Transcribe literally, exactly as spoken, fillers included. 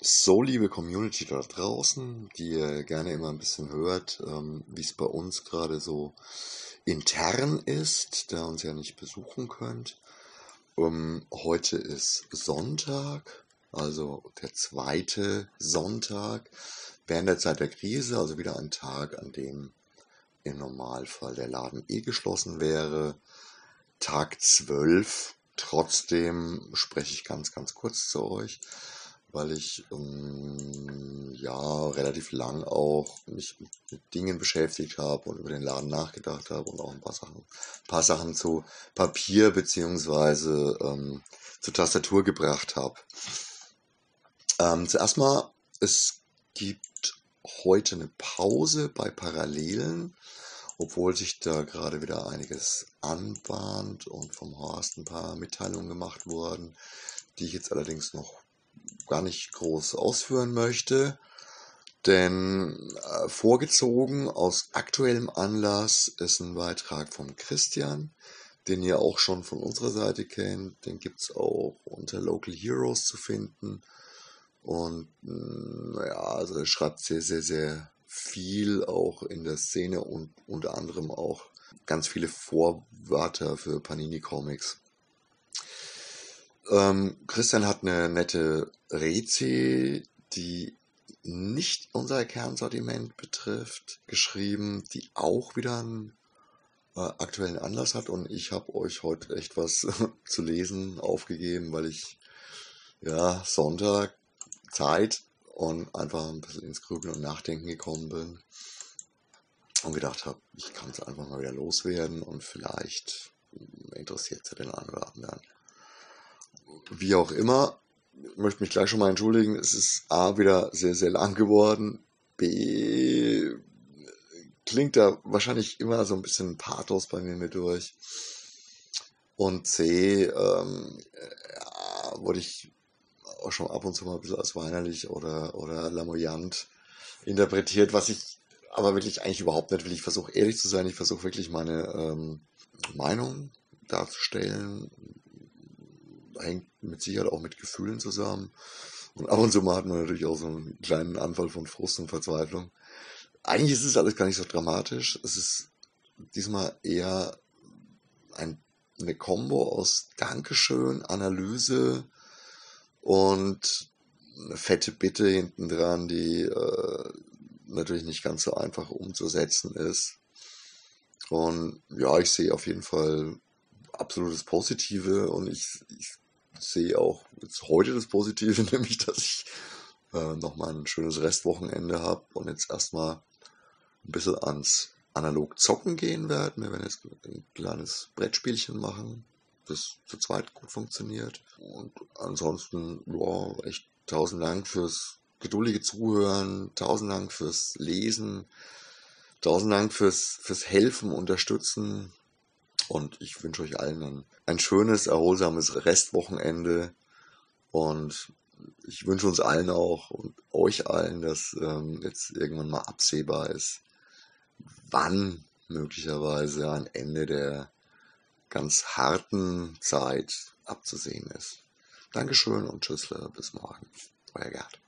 So, liebe Community da draußen, die ihr gerne immer ein bisschen hört, ähm, wie es bei uns gerade so intern ist, da ihr uns ja nicht besuchen könnt. Ähm, heute ist Sonntag, also der zweite Sonntag während der Zeit der Krise, also wieder ein Tag, an dem im Normalfall der Laden eh geschlossen wäre. Tag zwölf. Trotzdem spreche ich ganz, ganz kurz zu euch, weil ich ähm, ja relativ lang auch mich mit Dingen beschäftigt habe und über den Laden nachgedacht habe und auch ein paar Sachen, ein paar Sachen zu Papier beziehungsweise ähm, zur Tastatur gebracht habe. Ähm, zuerst mal, es gibt heute eine Pause bei Parallelen, obwohl sich da gerade wieder einiges anbahnt und vom Horst ein paar Mitteilungen gemacht wurden, die ich jetzt allerdings noch gar nicht groß ausführen möchte. Denn äh, vorgezogen aus aktuellem Anlass ist ein Beitrag von Christian, den ihr auch schon von unserer Seite kennt. Den gibt es auch unter Local Heroes zu finden. Und naja, also er schreibt sehr, sehr, sehr viel auch in der Szene und unter anderem auch ganz viele Vorwörter für Panini Comics. Ähm, Christian hat eine nette Rezi, die nicht unser Kernsortiment betrifft, geschrieben, die auch wieder einen äh, aktuellen Anlass hat. Und ich habe euch heute echt was zu lesen aufgegeben, weil ich ja Sonntag Zeit und einfach ein bisschen ins Grübeln und Nachdenken gekommen bin und gedacht habe, ich kann es einfach mal wieder loswerden und vielleicht interessiert es ja den einen oder anderen. Wie auch immer, ich möchte mich gleich schon mal entschuldigen, es ist A wieder sehr, sehr lang geworden, B klingt da wahrscheinlich immer so ein bisschen Pathos bei mir mit durch und C ähm, ja, wurde ich auch schon ab und zu mal ein bisschen als weinerlich oder, oder lamoyant interpretiert, was ich aber wirklich eigentlich überhaupt nicht will. Ich versuche ehrlich zu sein, ich versuche wirklich meine ähm, Meinung darzustellen. Hängt mit Sicherheit auch mit Gefühlen zusammen. Und ab und zu mal hat man natürlich auch so einen kleinen Anfall von Frust und Verzweiflung. Eigentlich ist es alles gar nicht so dramatisch. Es ist diesmal eher ein, eine Kombo aus Dankeschön, Analyse und eine fette Bitte hinten dran, die äh, natürlich nicht ganz so einfach umzusetzen ist. Und ja, ich sehe auf jeden Fall absolutes Positive und ich, ich sehe auch jetzt heute das Positive, nämlich dass ich äh, nochmal ein schönes Restwochenende habe und jetzt erstmal ein bisschen ans analog Zocken gehen werde. Wir werden jetzt ein kleines Brettspielchen machen, das zu zweit gut funktioniert. Und ansonsten, ja, echt tausend Dank fürs geduldige Zuhören, tausend Dank fürs Lesen, tausend Dank fürs, fürs Helfen, Unterstützen. Und ich wünsche euch allen ein, ein schönes, erholsames Restwochenende. Und ich wünsche uns allen auch und euch allen, dass ähm, jetzt irgendwann mal absehbar ist, wann möglicherweise ein Ende der ganz harten Zeit abzusehen ist. Dankeschön und tschüss, bis morgen. Euer Gerd.